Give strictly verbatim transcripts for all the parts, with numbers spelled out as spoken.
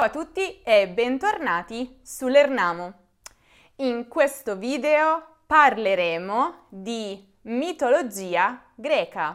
Ciao a tutti e bentornati su Lernamo. In questo video parleremo di mitologia greca.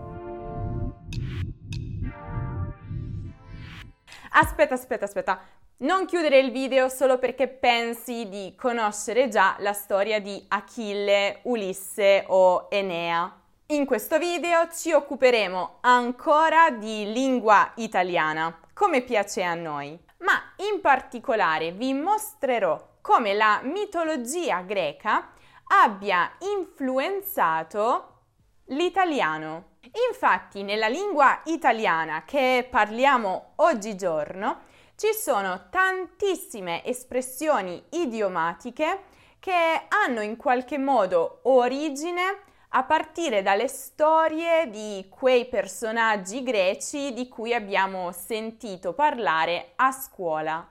Aspetta, aspetta, aspetta. Non chiudere il video solo perché pensi di conoscere già la storia di Achille, Ulisse o Enea. In questo video ci occuperemo ancora di lingua italiana, come piace a noi, ma in particolare vi mostrerò come la mitologia greca abbia influenzato l'italiano. Infatti, nella lingua italiana che parliamo oggigiorno ci sono tantissime espressioni idiomatiche che hanno in qualche modo origine a partire dalle storie di quei personaggi greci di cui abbiamo sentito parlare a scuola.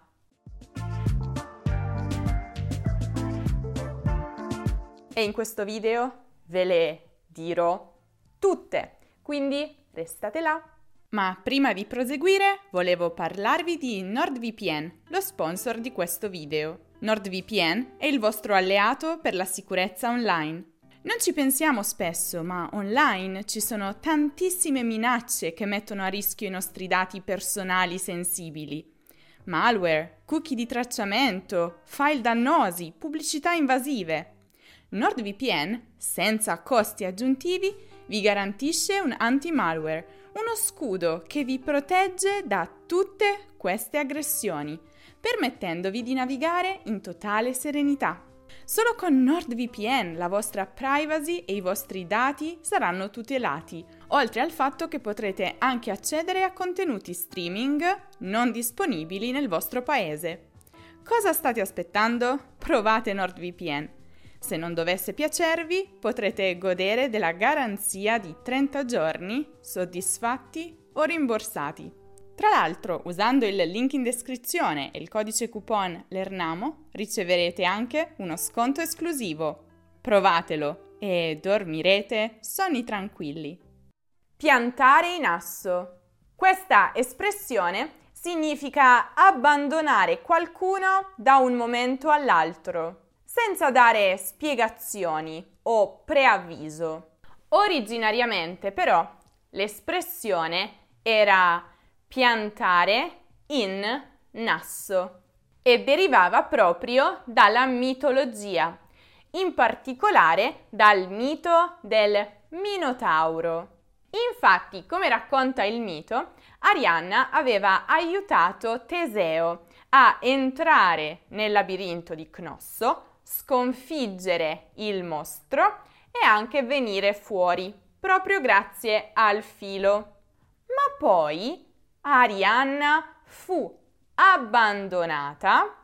E in questo video ve le dirò tutte, quindi restate là. Ma prima di proseguire volevo parlarvi di NordVPN, lo sponsor di questo video. NordVPN è il vostro alleato per la sicurezza online. Non ci pensiamo spesso, ma online ci sono tantissime minacce che mettono a rischio i nostri dati personali sensibili. Malware, cookie di tracciamento, file dannosi, pubblicità invasive. NordVPN, senza costi aggiuntivi, vi garantisce un anti-malware, uno scudo che vi protegge da tutte queste aggressioni, permettendovi di navigare in totale serenità. Solo con NordVPN la vostra privacy e i vostri dati saranno tutelati, oltre al fatto che potrete anche accedere a contenuti streaming non disponibili nel vostro paese. Cosa state aspettando? Provate NordVPN. Se non dovesse piacervi, potrete godere della garanzia di trenta giorni, soddisfatti o rimborsati. Tra l'altro, usando il link in descrizione e il codice coupon Lernamo, riceverete anche uno sconto esclusivo. Provatelo e dormirete sonni tranquilli. Piantare in asso. Questa espressione significa abbandonare qualcuno da un momento all'altro, senza dare spiegazioni o preavviso. Originariamente, però, l'espressione era piantare in nasso e derivava proprio dalla mitologia, in particolare dal mito del Minotauro. Infatti, come racconta il mito, Arianna aveva aiutato Teseo a entrare nel labirinto di Cnosso, sconfiggere il mostro e anche venire fuori, proprio grazie al filo. Ma poi Arianna fu abbandonata,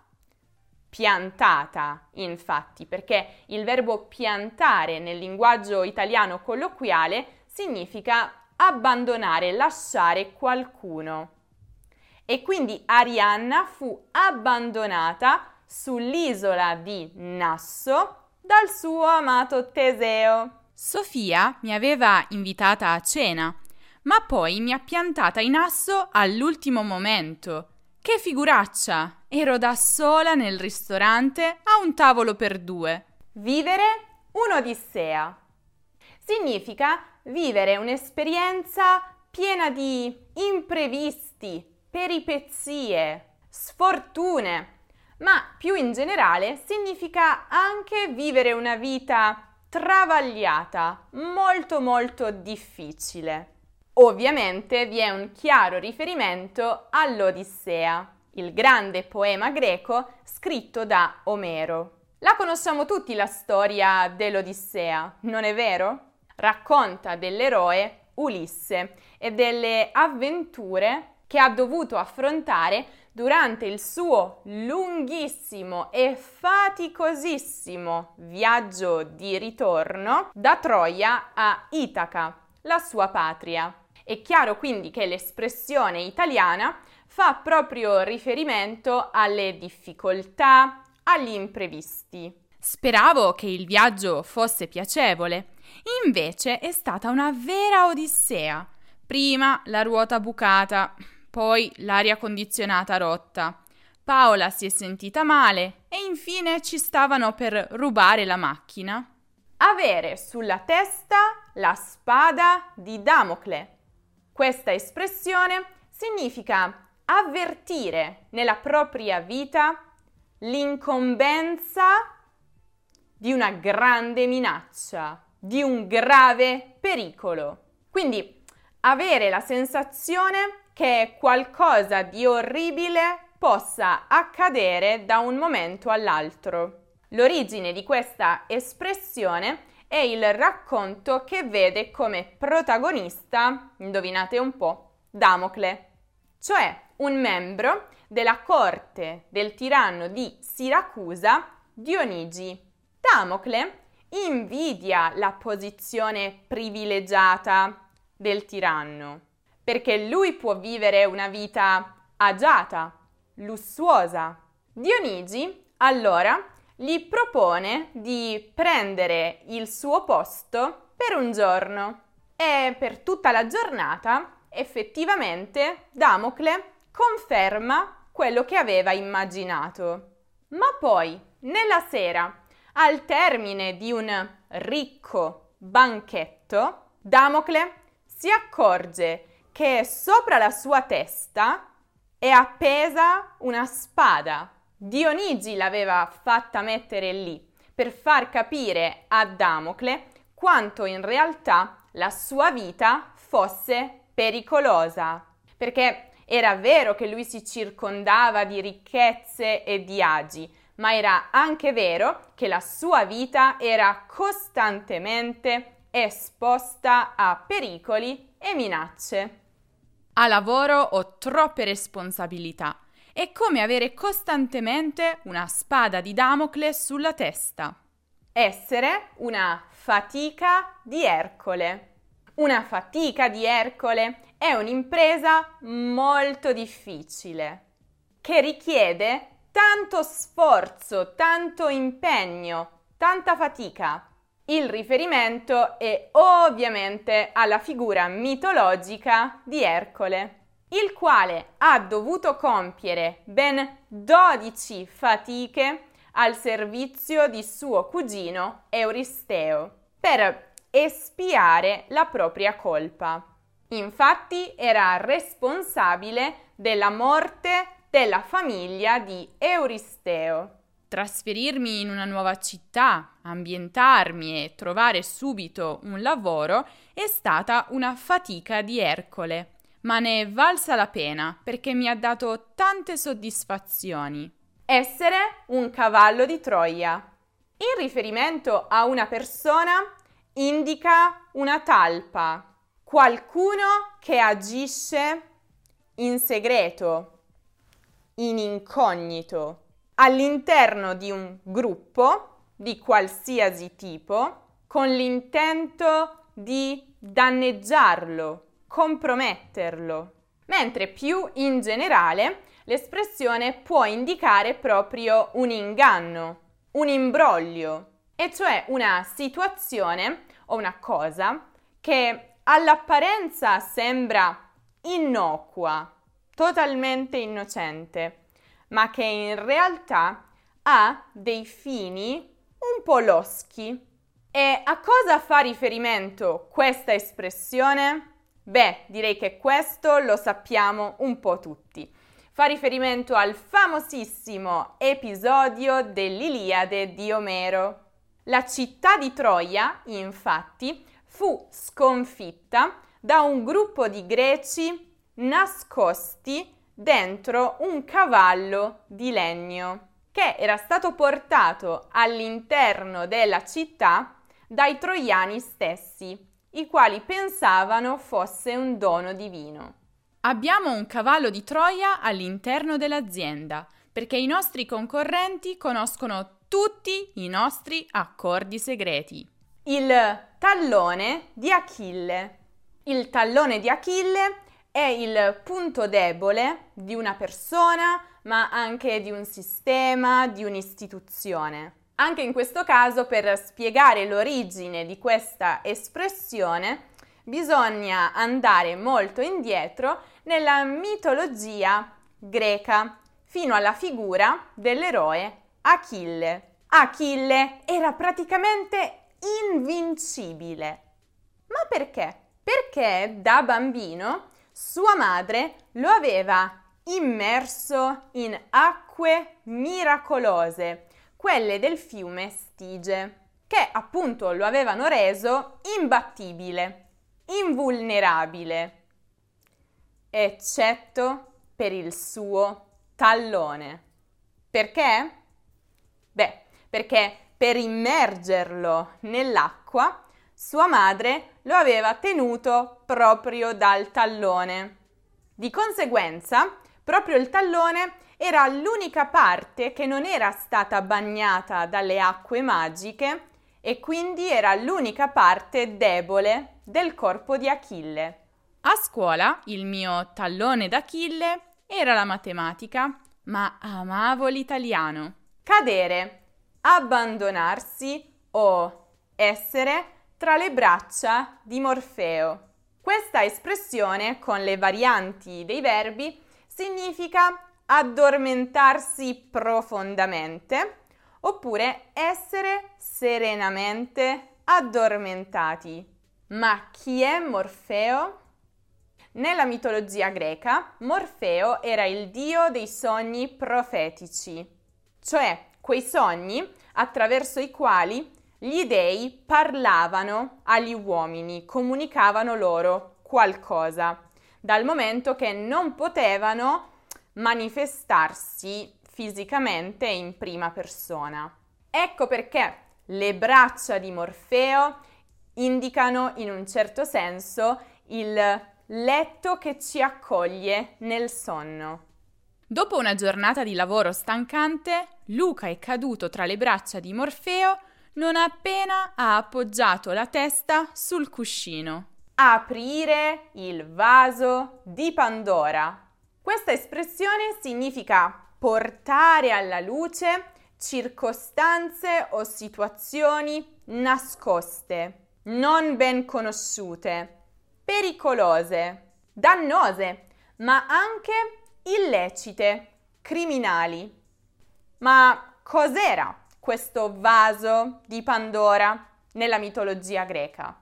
piantata infatti, perché il verbo piantare nel linguaggio italiano colloquiale significa abbandonare, lasciare qualcuno. E quindi Arianna fu abbandonata sull'isola di Nasso dal suo amato Teseo. Sofia mi aveva invitata a cena, ma poi mi ha piantata in asso all'ultimo momento. Che figuraccia! Ero da sola nel ristorante a un tavolo per due. Vivere un'odissea. Significa vivere un'esperienza piena di imprevisti, peripezie, sfortune, ma più in generale significa anche vivere una vita travagliata, molto molto difficile. Ovviamente vi è un chiaro riferimento all'Odissea, il grande poema greco scritto da Omero. La conosciamo tutti la storia dell'Odissea, non è vero? Racconta dell'eroe Ulisse e delle avventure che ha dovuto affrontare durante il suo lunghissimo e faticosissimo viaggio di ritorno da Troia a Itaca, la sua patria. È chiaro quindi che l'espressione italiana fa proprio riferimento alle difficoltà, agli imprevisti. Speravo che il viaggio fosse piacevole, invece è stata una vera odissea. Prima la ruota bucata, poi l'aria condizionata rotta. Paola si è sentita male e infine ci stavano per rubare la macchina. Avere sulla testa la spada di Damocle. Questa espressione significa avvertire nella propria vita l'incombenza di una grande minaccia, di un grave pericolo. Quindi avere la sensazione che qualcosa di orribile possa accadere da un momento all'altro. L'origine di questa espressione è il racconto che vede come protagonista, indovinate un po', Damocle, cioè un membro della corte del tiranno di Siracusa, Dionigi. Damocle invidia la posizione privilegiata del tiranno, perché lui può vivere una vita agiata, lussuosa. Dionigi, allora, gli propone di prendere il suo posto per un giorno e per tutta la giornata effettivamente Damocle conferma quello che aveva immaginato. Ma poi, nella sera, al termine di un ricco banchetto, Damocle si accorge che sopra la sua testa è appesa una spada. Dionigi l'aveva fatta mettere lì per far capire a Damocle quanto in realtà la sua vita fosse pericolosa, perché era vero che lui si circondava di ricchezze e di agi, ma era anche vero che la sua vita era costantemente esposta a pericoli e minacce. A lavoro ho troppe responsabilità. È come avere costantemente una spada di Damocle sulla testa. Essere una fatica di Ercole. Una fatica di Ercole è un'impresa molto difficile, che richiede tanto sforzo, tanto impegno, tanta fatica. Il riferimento è ovviamente alla figura mitologica di Ercole, il quale ha dovuto compiere ben dodici fatiche al servizio di suo cugino Euristeo per espiare la propria colpa. Infatti era responsabile della morte della famiglia di Euristeo. Trasferirmi in una nuova città, ambientarmi e trovare subito un lavoro è stata una fatica di Ercole, ma ne è valsa la pena perché mi ha dato tante soddisfazioni. Essere un cavallo di Troia. In riferimento a una persona indica una talpa, qualcuno che agisce in segreto, in incognito, all'interno di un gruppo di qualsiasi tipo, con l'intento di danneggiarlo, comprometterlo. Mentre più in generale l'espressione può indicare proprio un inganno, un imbroglio, e cioè una situazione o una cosa che all'apparenza sembra innocua, totalmente innocente, ma che in realtà ha dei fini un po' loschi. E a cosa fa riferimento questa espressione? Beh, direi che questo lo sappiamo un po' tutti. Fa riferimento al famosissimo episodio dell'Iliade di Omero. La città di Troia, infatti, fu sconfitta da un gruppo di greci nascosti dentro un cavallo di legno che era stato portato all'interno della città dai troiani stessi, i quali pensavano fosse un dono divino. Abbiamo un cavallo di Troia all'interno dell'azienda perché i nostri concorrenti conoscono tutti i nostri accordi segreti. Il tallone di Achille. Il tallone di Achille è il punto debole di una persona, ma anche di un sistema, di un'istituzione. Anche in questo caso, per spiegare l'origine di questa espressione, bisogna andare molto indietro nella mitologia greca, fino alla figura dell'eroe Achille. Achille era praticamente invincibile. Ma perché? Perché da bambino sua madre lo aveva immerso in acque miracolose, quelle del fiume Stige, che appunto lo avevano reso imbattibile, invulnerabile, eccetto per il suo tallone. Perché? Beh, perché per immergerlo nell'acqua sua madre lo aveva tenuto proprio dal tallone. Di conseguenza, proprio il tallone era l'unica parte che non era stata bagnata dalle acque magiche e quindi era l'unica parte debole del corpo di Achille. A scuola il mio tallone d'Achille era la matematica, ma amavo l'italiano. Cadere, abbandonarsi o essere tra le braccia di Morfeo. Questa espressione, con le varianti dei verbi, significa addormentarsi profondamente oppure essere serenamente addormentati. Ma chi è Morfeo? Nella mitologia greca, Morfeo era il dio dei sogni profetici, cioè quei sogni attraverso i quali gli dei parlavano agli uomini, comunicavano loro qualcosa, dal momento che non potevano manifestarsi fisicamente in prima persona. Ecco perché le braccia di Morfeo indicano in un certo senso il letto che ci accoglie nel sonno. Dopo una giornata di lavoro stancante, Luca è caduto tra le braccia di Morfeo non appena ha appoggiato la testa sul cuscino. Aprire il vaso di Pandora. Questa espressione significa portare alla luce circostanze o situazioni nascoste, non ben conosciute, pericolose, dannose, ma anche illecite, criminali. Ma cos'era questo vaso di Pandora nella mitologia greca?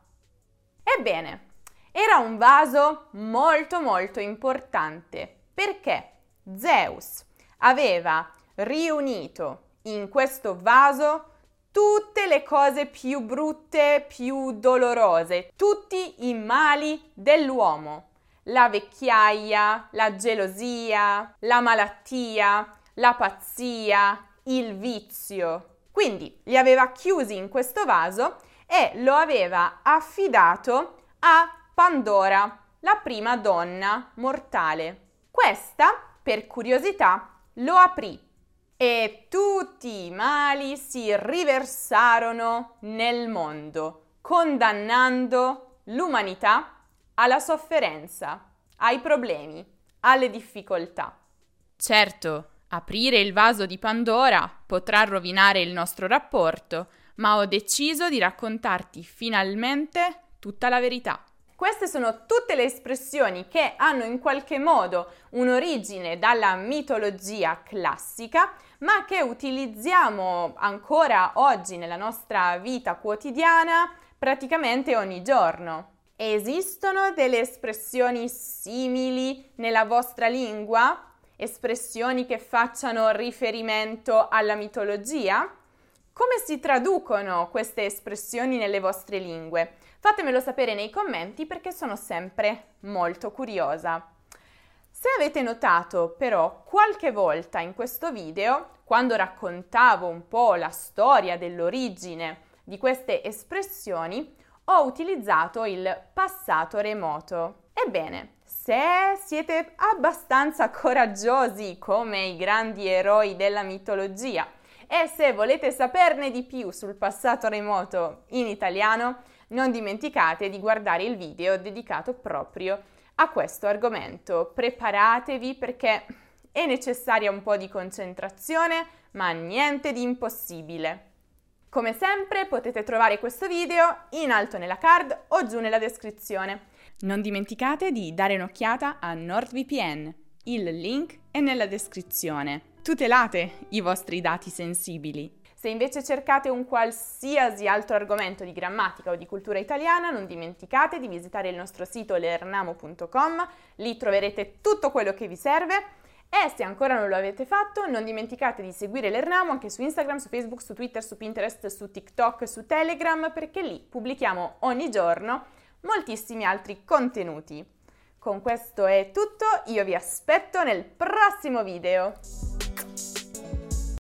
Ebbene, era un vaso molto molto importante perché Zeus aveva riunito in questo vaso tutte le cose più brutte, più dolorose, tutti i mali dell'uomo. La vecchiaia, la gelosia, la malattia, la pazzia, il vizio. Quindi li aveva chiusi in questo vaso e lo aveva affidato a Pandora, la prima donna mortale. Questa, per curiosità, lo aprì e tutti i mali si riversarono nel mondo, condannando l'umanità alla sofferenza, ai problemi, alle difficoltà. Certo, aprire il vaso di Pandora potrà rovinare il nostro rapporto, ma ho deciso di raccontarti finalmente tutta la verità. Queste sono tutte le espressioni che hanno in qualche modo un'origine dalla mitologia classica, ma che utilizziamo ancora oggi nella nostra vita quotidiana praticamente ogni giorno. Esistono delle espressioni simili nella vostra lingua? Espressioni che facciano riferimento alla mitologia? Come si traducono queste espressioni nelle vostre lingue? Fatemelo sapere nei commenti perché sono sempre molto curiosa. Se avete notato però qualche volta in questo video, quando raccontavo un po' la storia dell'origine di queste espressioni, ho utilizzato il passato remoto. Ebbene, se siete abbastanza coraggiosi come i grandi eroi della mitologia e se volete saperne di più sul passato remoto in italiano, non dimenticate di guardare il video dedicato proprio a questo argomento. Preparatevi perché è necessaria un po' di concentrazione, ma niente di impossibile. Come sempre potete trovare questo video in alto nella card o giù nella descrizione. Non dimenticate di dare un'occhiata a NordVPN, il link è nella descrizione. Tutelate i vostri dati sensibili. Se invece cercate un qualsiasi altro argomento di grammatica o di cultura italiana, non dimenticate di visitare il nostro sito learnamo punto com, lì troverete tutto quello che vi serve e se ancora non lo avete fatto, non dimenticate di seguire Learnamo anche su Instagram, su Facebook, su Twitter, su Pinterest, su TikTok, su Telegram, perché lì pubblichiamo ogni giorno moltissimi altri contenuti. Con questo è tutto, io vi aspetto nel prossimo video!